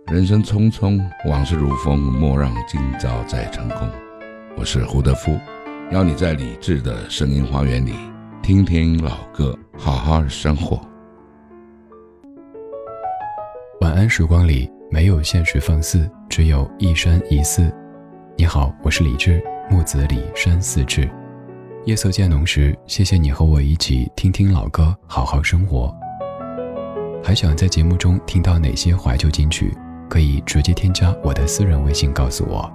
人生匆匆，往事如风，莫让今朝再成空。我是胡德夫，邀你在理智的声音花园里听听老歌，好好生活。 晚安时光里没有现实放肆，只有一山一寺。你好，我是李志，木子李，山寺志。夜色渐浓时，谢谢你和我一起听听老歌，好好生活。还想在节目中听到哪些怀旧金曲，可以直接添加我的私人微信告诉我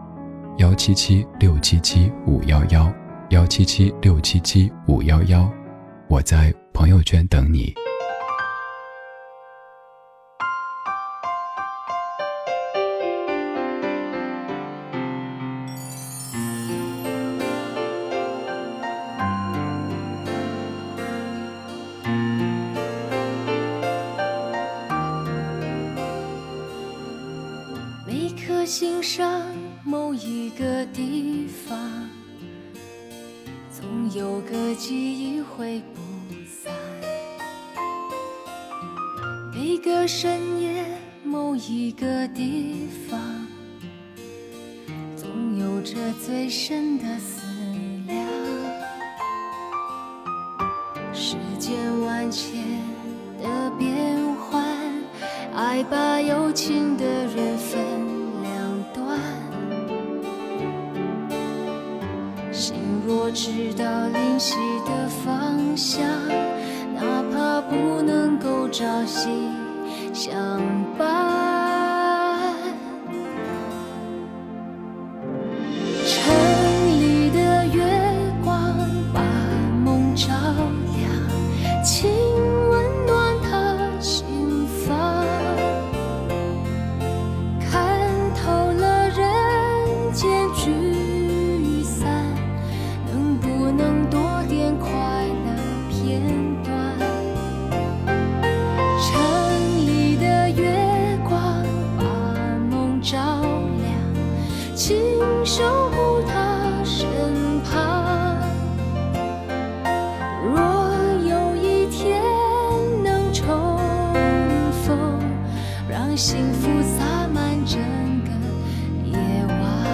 ，177677511，177677511，我在朋友圈等你。 心上某一个地方，总有个记忆会不散。每个深夜某一个地方，总有着最深的思量。世间万千的变幻，爱把有情的人分若知道灵犀的方向，哪怕不能够朝夕相伴。城里的月光把梦照亮，请温暖他心房，看透了人间聚散，能多点快乐片段。城里的月光把梦照亮，请守护他身旁。若有一天能重逢，让幸福洒满整个夜晚。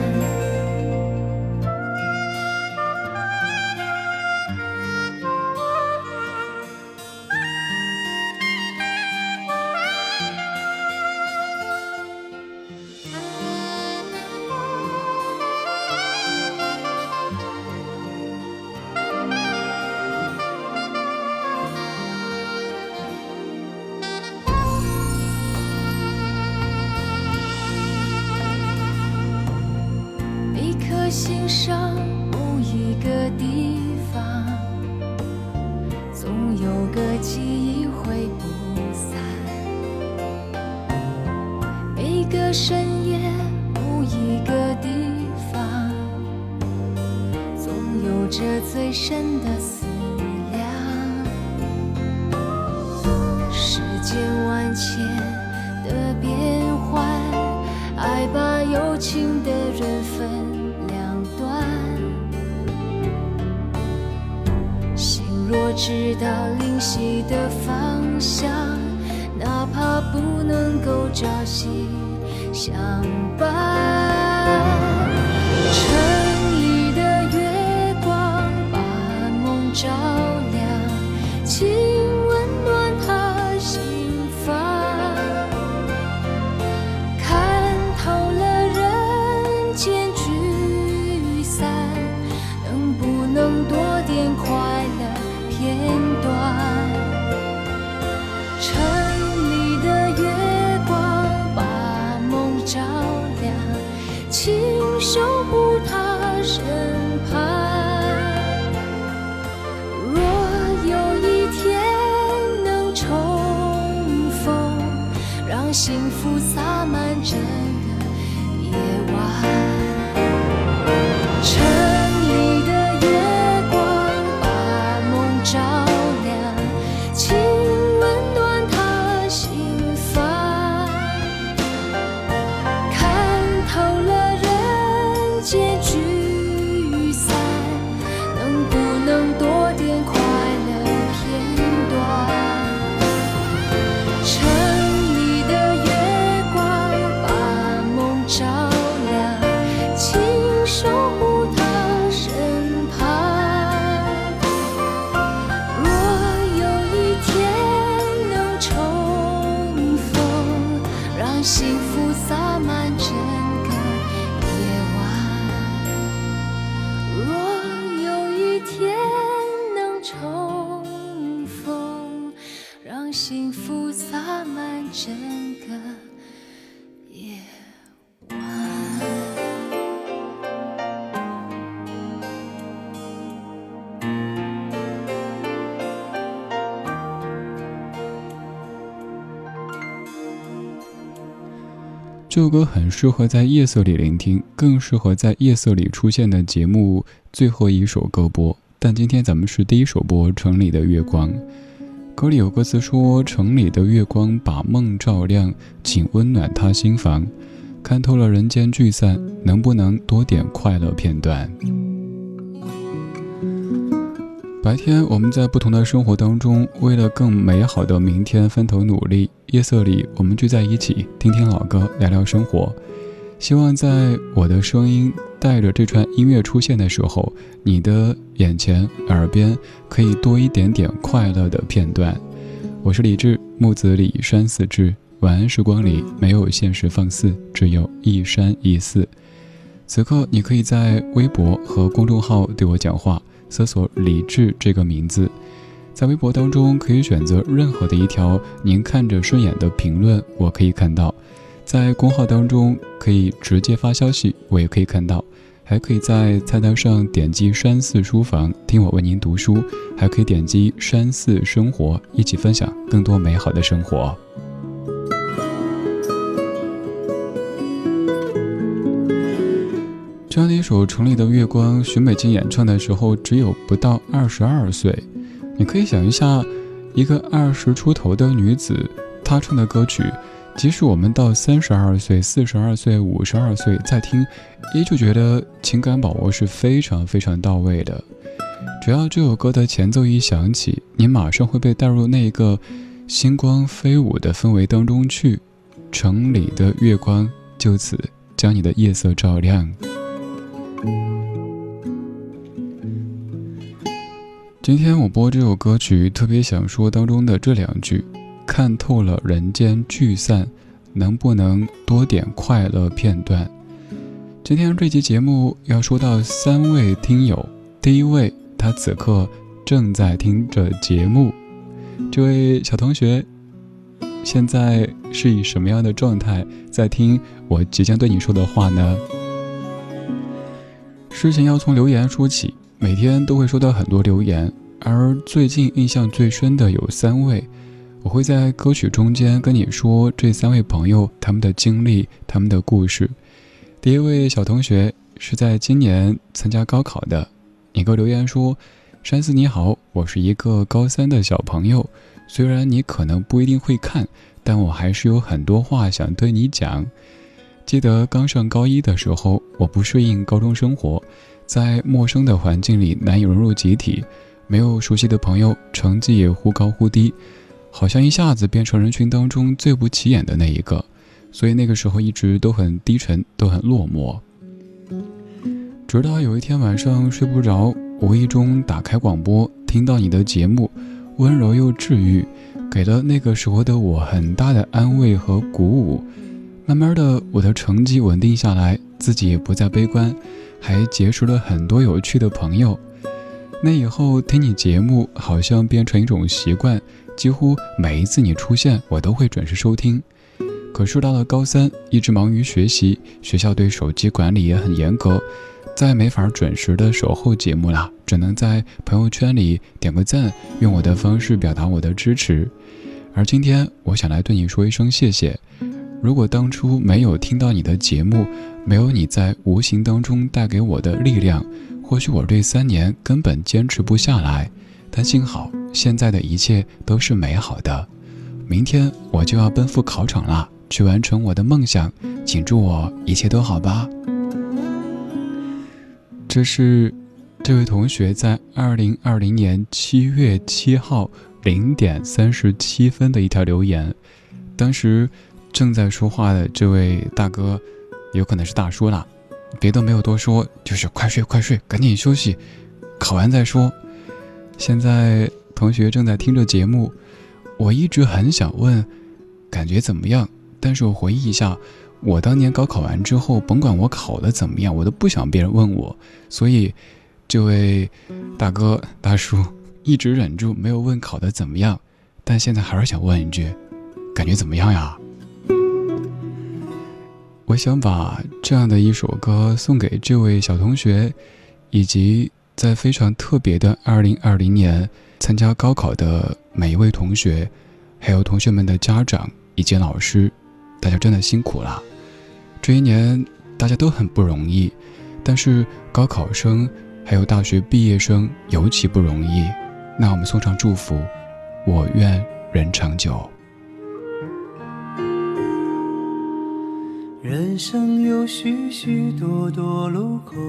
心上某一个地方，总有个记忆会不散。每个深夜某一个地方，总有着最深的思量。世间万千的变幻，爱把有情的人分若知道灵犀的方向，哪怕不能够朝夕相伴。城里的月光把梦照亮，请温暖他心房，看透了人间聚散，能不能多点快乐片段。城里的月光把梦照亮，请守护他身旁。若有一天能重逢，让幸福洒满整个夜晚。城里的月光让幸福洒满整个夜晚。若有一天能重逢，让幸福洒满整个夜晚。 这首歌很适合在夜色里聆听，更适合在夜色里出现的节目最后一首歌播。但今天咱们是第一首播《城里的月光》。歌里有歌词说：城里的月光把梦照亮，请温暖他心房。看透了人间聚散，能不能多点快乐片段？白天我们在不同的生活当中，为了更美好的明天分头努力。夜色里我们聚在一起，听听老歌，聊聊生活。希望在我的声音带着这串音乐出现的时候，你的眼前耳边可以多一点点快乐的片段。我是李志，木子李山寺志。晚安时光里没有现实放肆，只有一山一寺。此刻你可以在微博和公众号对我讲话，搜索李志这个名字。在微博当中可以选择任何的一条您看着顺眼的评论，我可以看到。在公号当中可以直接发消息，我也可以看到。还可以在菜单上点击山寺书房，听我为您读书，还可以点击山寺生活，一起分享更多美好的生活。这样的一首《城里的月光》，许美静演唱的时候只有不到22岁。你可以想一下，一个20出头的女子，她唱的歌曲，即使我们到32岁、42岁、52岁再听，依旧觉得情感把握是非常非常到位的。只要这首歌的前奏一响起，你马上会被带入那个星光飞舞的氛围当中去，城里的月光就此将你的夜色照亮。今天我播这首歌曲，特别想说当中的这两句：看透了人间聚散，能不能多点快乐片段？今天这期节目要说到3位听友，第一位他此刻正在听着节目，这位小同学现在是以什么样的状态在听我即将对你说的话呢？事情要从留言说起，每天都会收到很多留言，而最近印象最深的有3位，我会在歌曲中间跟你说这3位朋友他们的经历，他们的故事。第一位小同学是在今年参加高考的，你给我留言说：山寺你好，我是一个高3的小朋友，虽然你可能不一定会看，但我还是有很多话想对你讲。记得刚上高1的时候，我不适应高中生活，在陌生的环境里难以融入集体，没有熟悉的朋友，成绩也忽高忽低，好像一下子变成人群当中最不起眼的那一个，所以那个时候一直都很低沉，都很落寞。直到有一天晚上睡不着，无意中打开广播，听到你的节目，温柔又治愈，给了那个时候的我很大的安慰和鼓舞。慢慢的，我的成绩稳定下来，自己也不再悲观，还结识了很多有趣的朋友。那以后听你节目好像变成一种习惯，几乎每一次你出现，我都会准时收听。可是到了高3，一直忙于学习，学校对手机管理也很严格，再没法准时的守候节目了，只能在朋友圈里点个赞，用我的方式表达我的支持。而今天我想来对你说一声谢谢。如果当初没有听到你的节目，没有你在无形当中带给我的力量，或许我这3年根本坚持不下来。但幸好现在的一切都是美好的。明天我就要奔赴考场了，去完成我的梦想，请祝我一切都好吧。这是这位同学在2020年7月7号0点37分的一条留言。当时正在说话的这位大哥，有可能是大叔了，别的没有多说，就是快睡快睡，赶紧休息，考完再说。现在同学正在听着节目，我一直很想问，感觉怎么样？ 但是我回忆一下，我当年高考完之后，甭管我考得怎么样，我都不想别人问我，所以这位大哥大叔一直忍住没有问考得怎么样，但现在还是想问一句，感觉怎么样呀？我想把这样的一首歌送给这位小同学，以及在非常特别的2020年参加高考的每一位同学，还有同学们的家长以及老师，大家真的辛苦了。这一年大家都很不容易，但是高考生还有大学毕业生尤其不容易。那我们送上祝福，我愿人长久。 人生有许许多多路口，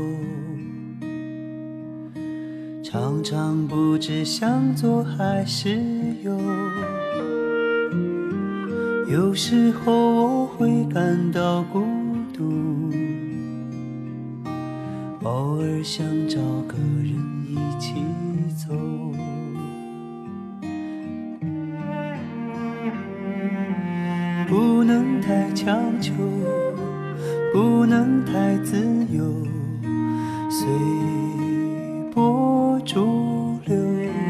常常不知向左还是右，有时候我会感到孤独，偶尔想找个人一起走，不能太强求，不能太自由，随波逐流。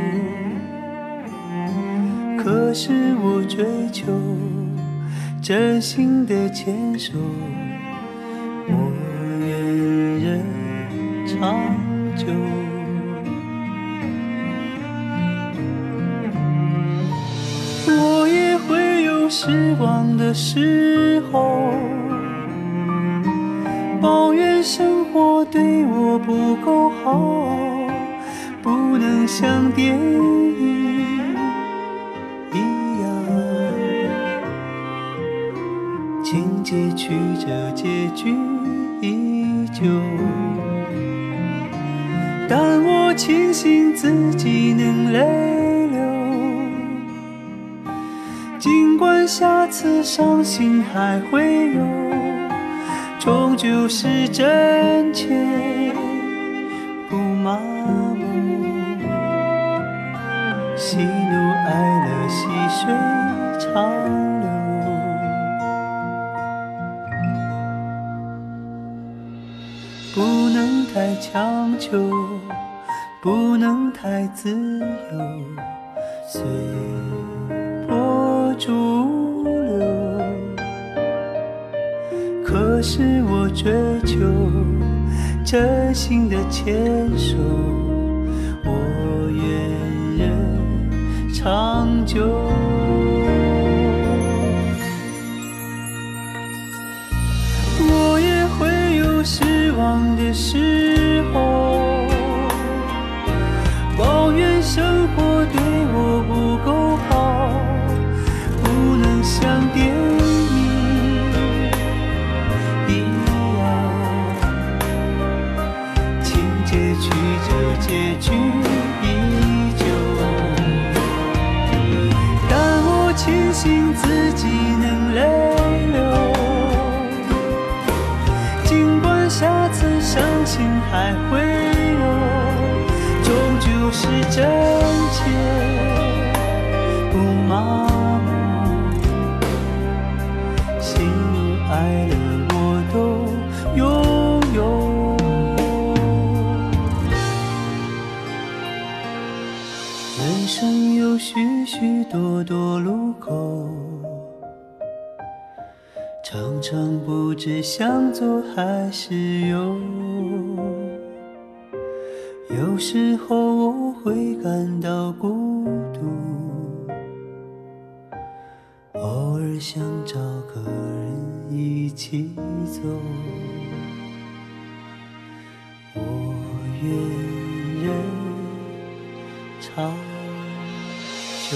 可是我追求真心的牵手，我愿人长久。我也会有失望的时候，抱怨生活对我不够好，不能像电影一样，情节曲折，结局依旧。但我庆幸自己能泪流，尽管下次伤心还会有，终究是真切不麻木，喜怒哀乐细水长流，不能太强求，不能太自由，随波逐流。可是我追求真心的牵手，我愿人长久。我也会有失望的时候，抱怨生活对我不够好，不能像电影一样，情节曲折，结局依旧。但我庆幸自己能泪流，尽管下次伤心还会有，终究是真切不麻木，喜怒哀乐我都拥有。人生有许许多多路口，常常不知向左还是右，有时候我会感到孤独，偶尔想找个人一起走，我愿人长久。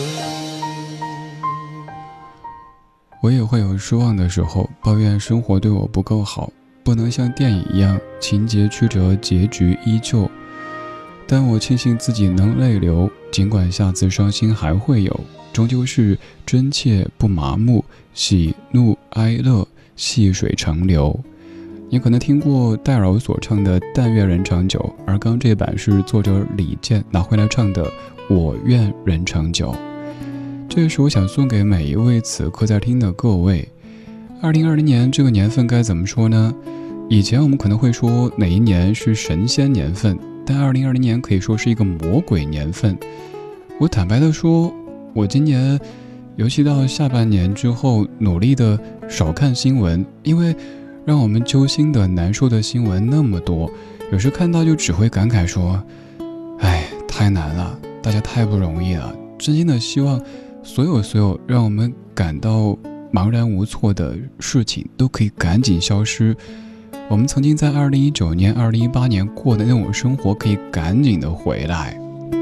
我也会有失望的时候，抱怨生活对我不够好，不能像电影一样情节曲折，结局依旧。但我庆幸自己能泪流，尽管下次伤心还会有，终究是真切不麻木，喜怒哀乐细水长流。你可能听过戴娆所唱的《但愿人长久》，而刚这版是作者李健拿回来唱的《我愿人长久》。这也是我想送给每一位此刻在听的各位。 2020年这个年份该怎么说呢？以前我们可能会说哪一年是神仙年份，但2020年可以说是一个魔鬼年份。我坦白的说，我今年尤其到下半年之后，努力的少看新闻，因为让我们揪心的难受的新闻那么多，有时看到就只会感慨说，哎，太难了，大家太不容易了。真心的希望所有让我们感到茫然无措的事情都可以赶紧消失，我们曾经在2019年2018年过的那种生活可以赶紧的回来。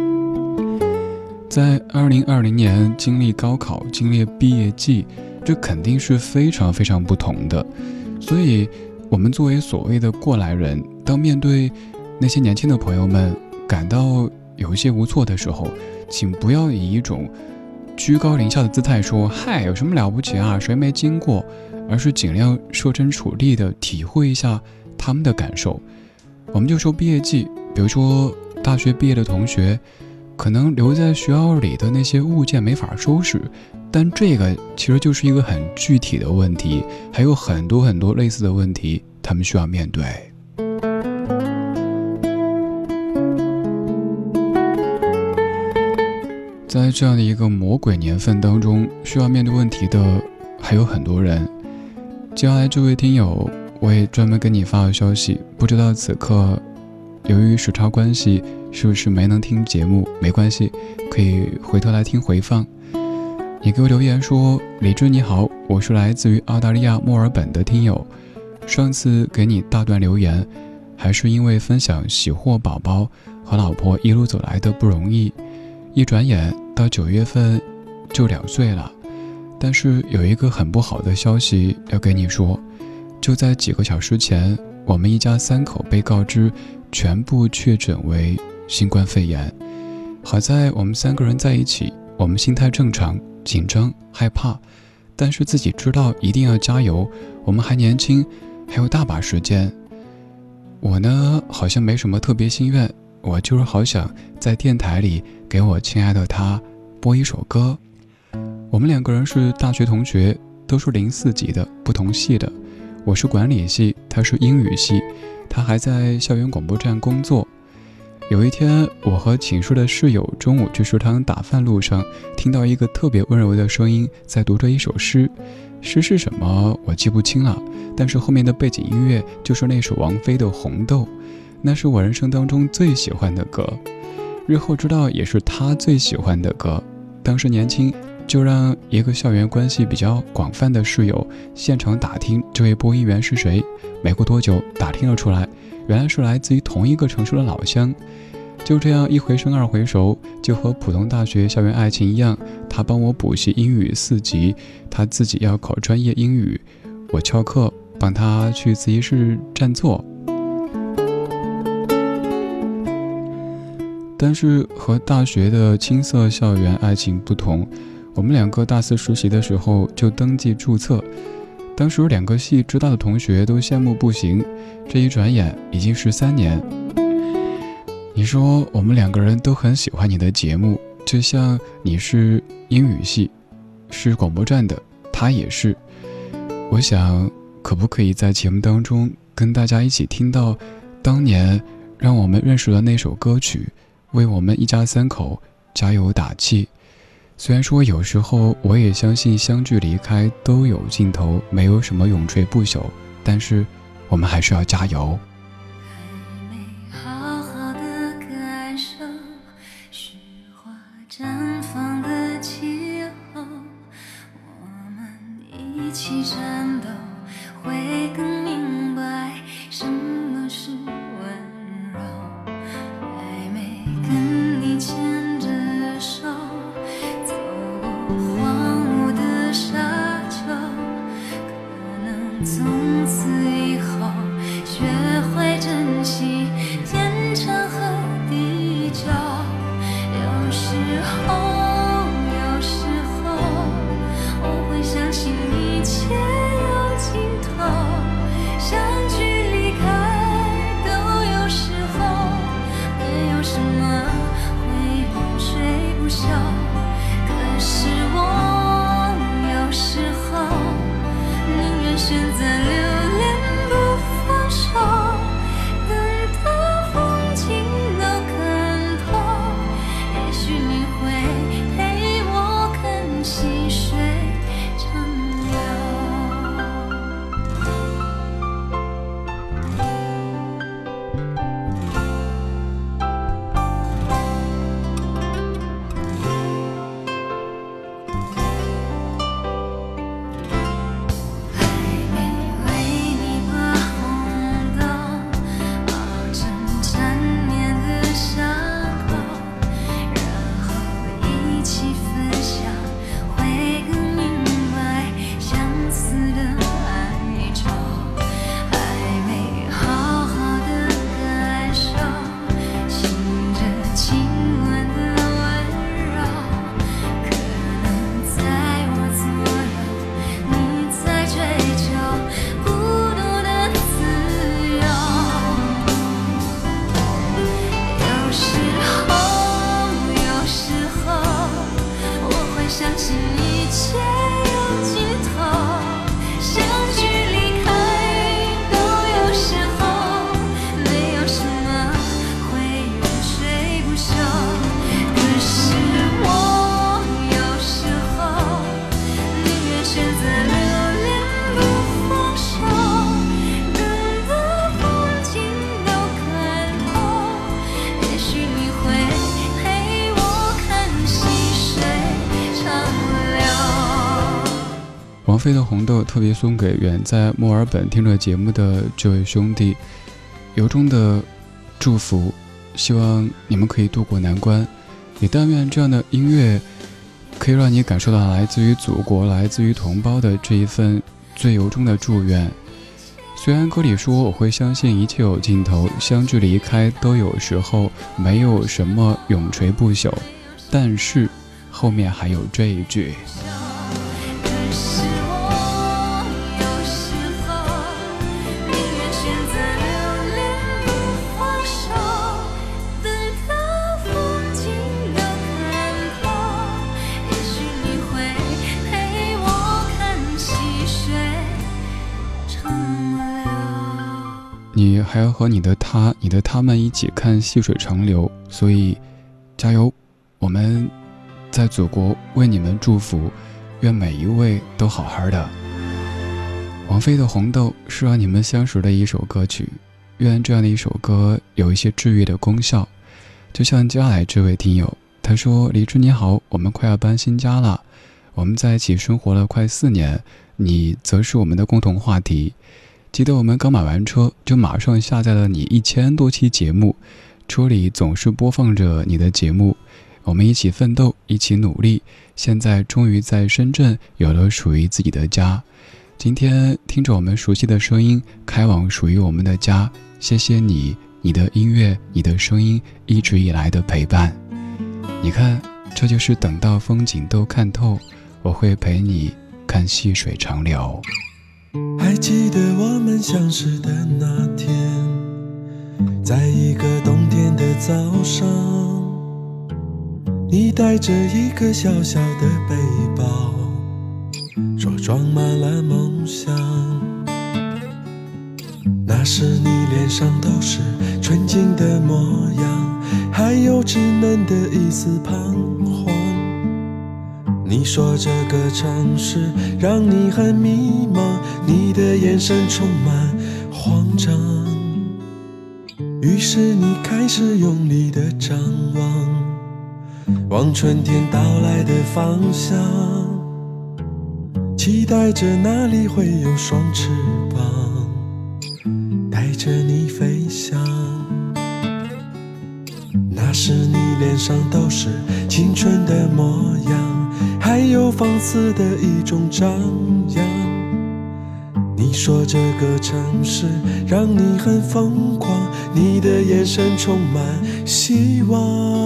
在2020年经历高考，经历毕业季，这肯定是非常非常不同的。所以我们作为所谓的过来人，当面对那些年轻的朋友们感到有一些无措的时候，请不要以一种居高临下的姿态说，嗨，有什么了不起啊，谁没经过，而是尽量设身处地的体会一下他们的感受。我们就说毕业季，比如说大学毕业的同学，可能留在学校里的那些物件没法收拾，但这个其实就是一个很具体的问题，还有很多很多类似的问题他们需要面对。在这样的一个魔鬼年份当中，需要面对问题的还有很多人。接下来这位听友，我也专门跟你发了消息，不知道此刻由于时差关系是不是没能听节目，没关系，可以回头来听回放。你给我留言说，李志你好，我是来自于澳大利亚墨尔本的听友，上次给你大段留言还是因为分享喜获宝宝和老婆一路走来的不容易，一转眼到9月份就2岁了。但是有一个很不好的消息要跟你说，就在几个小时前，我们一家3口被告知全部确诊为新冠肺炎。好在我们3个人在一起，我们心态正常，紧张害怕，但是自己知道一定要加油，我们还年轻，还有大把时间。我呢好像没什么特别心愿，我就是好想在电台里给我亲爱的他播一首歌。我们2个人是大学同学，都是04级的，不同系的。我是管理系，他是英语系，他还在校园广播站工作。有一天，我和寝室的室友中午去食堂打饭路上，听到一个特别温柔的声音在读着一首诗，诗是什么我记不清了，但是后面的背景音乐就是那首王菲的《红豆》，那是我人生当中最喜欢的歌，日后知道也是他最喜欢的歌。当时年轻，就让一个校园关系比较广泛的室友现场打听这位播音员是谁，没过多久打听了出来，原来是来自于同一个城市的老乡。就这样一回生二回熟，就和普通大学校园爱情一样，他帮我补习英语4级，他自己要考专业英语，我翘课帮他去自习室占座。但是和大学的青涩校园爱情不同，我们2个大4实习的时候就登记注册，当时2个系知道的同学都羡慕不行，这一转眼已经13年。你说我们2个人都很喜欢你的节目，就像你是英语系，是广播站的，他也是。我想可不可以在节目当中跟大家一起听到当年让我们认识的那首歌曲，为我们一家3口加油打气。虽然说有时候我也相信相聚离开都有尽头，没有什么永垂不朽，但是我们还是要加油。 一起战斗，会更明白什么是温柔。还没跟你牵着手，走过荒芜的沙丘，可能从此以后学会珍惜天长和地久。有时候我会相信一切有尽头，相聚离开都有时候，没有什么会永垂不朽。可是我有时候宁愿愿选择留恋不放手，等到风景都看透，也许你会陪我看细水长流。相信一切有尽头，相聚离开都有时候，没有什么会永垂不朽。可是我有时候宁愿选择留恋不放手，等到风景都看透，也许你会陪我看细水长流。 王菲的《红豆》特别送给远在墨尔本听着节目的这位兄弟，由衷的祝福，希望你们可以度过难关。也但愿这样的音乐可以让你感受到来自于祖国、来自于同胞的这一份最由衷的祝愿。虽然歌里说我会相信一切有尽头，相聚离开都有时候，没有什么永垂不朽，但是后面还有这一句。 可是我有时候宁愿选择留恋不放手，等到风景都看透，也许你会陪我看细水长流。 你还要和你的他、你的他们一起看细水长流，所以加油！我们在祖国为你们祝福，愿每一位都好好的。王菲的《红豆》是让你们相识的一首歌曲，愿这样的一首歌有一些治愈的功效。就像接下来这位听友，他说：李志你好，我们快要搬新家了，我们在一起生活了快4年，你则是我们的共同话题。记得我们刚买完车，就马上下载了你1000多期节目，车里总是播放着你的节目，我们一起奋斗，一起努力，现在终于在深圳有了属于自己的家。今天听着我们熟悉的声音，开往属于我们的家，谢谢你，你的音乐，你的声音一直以来的陪伴。你看，这就是等到风景都看透，我会陪你看细水长流。 还记得我们相识的那天，在一个冬天的早上，你带着一个小小的背包，说装满了梦想。那时你脸上都是纯净的模样，还有稚嫩的一丝彷徨。你说这个城市让你很迷茫，你的眼神充满慌张。于是你开始用力地张望，往春天到来的方向，期待着那里会有双翅膀，带着你飞翔。那时你脸上都是青春的模样，还有放肆的一种张扬。你说这个城市让你很疯狂，你的眼神充满希望。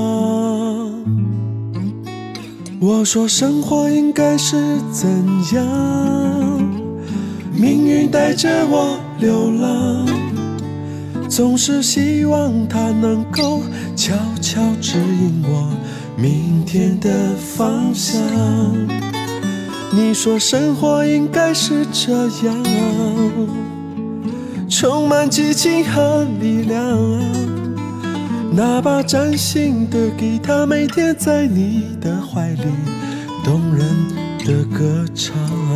我说生活应该是怎样，命运带着我流浪，总是希望它能够悄悄指引我明天的方向。 你说生活应该是这样，充满激情和力量，那把崭新的吉他每天在你的怀里动人的歌唱。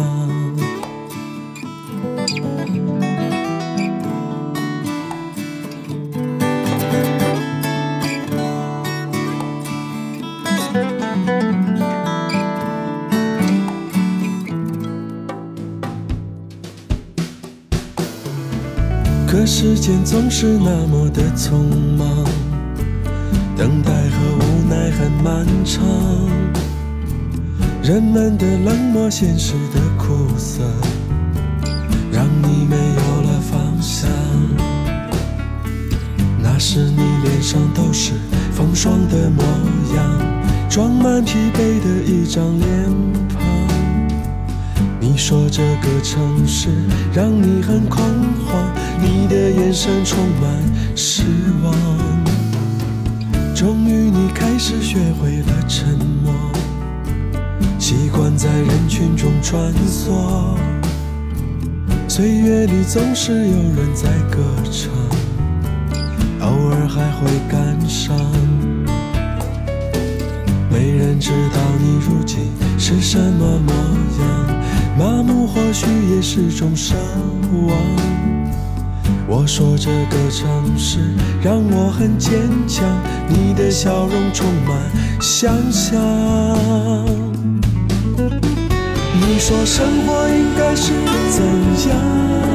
可时间总是那么的匆忙，等待和无奈很漫长，人们的冷漠，现实的苦涩，让你没有了方向。那时你脸上都是风霜的模样，装满疲惫的一张脸庞。你说这个城市让你很恐慌，你的眼神充满失望。终于你开始学会了沉默，习惯在人群中穿梭，岁月里总是有人在歌唱，偶尔还会感伤。没人知道你如今是什么模样，麻木或许也是种奢望。我说这个城市让我很坚强，你的笑容充满想象。你说生活应该是怎样，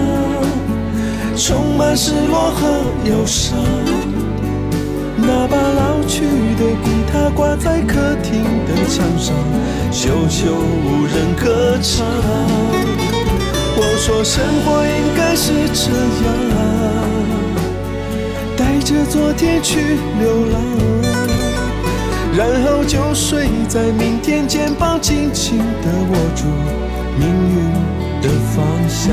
充满失落和忧伤，那把老去的吉他挂在客厅的墙上，久久无人歌唱。我说生活应该是这样，带着昨天去流浪，然后就睡在明天，肩膀紧紧地握住命运的方向。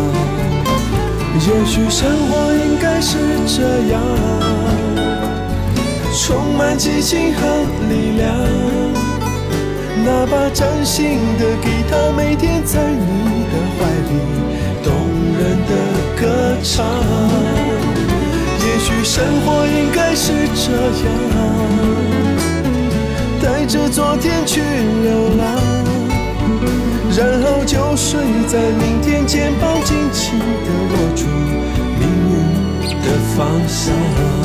也许生活应该是这样，充满激情和力量，那把崭新的吉他每天在你的怀里动人的歌唱。也许生活应该是这样，带着昨天去流浪，然后就睡在明天，肩膀紧紧地握住命运的方向，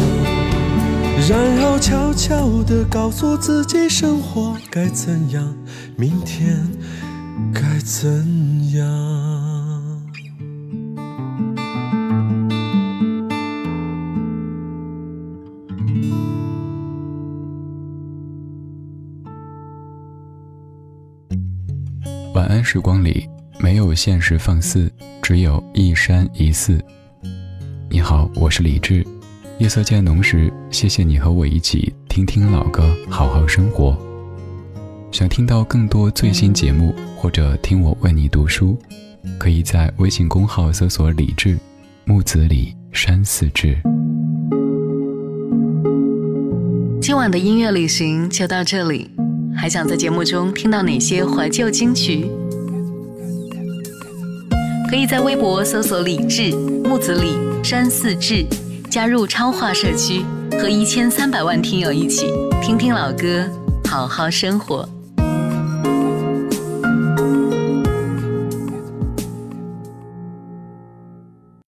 然后悄悄地告诉自己生活该怎样，明天该怎样。 晚安时光里没有现实放肆，只有一山一寺。你好，我是李志。夜色渐浓时，谢谢你和我一起听听老歌，好好生活。想听到更多最新节目，或者听我为你读书，可以在微信公号搜索李志，木子李，山寺志。 今晚的音乐旅行就到这里，还想在节目中听到哪些怀旧金曲？可以在微博搜索李志，木子李，山寺志，加入超话社区，和1300万听友一起听听老歌，好好生活。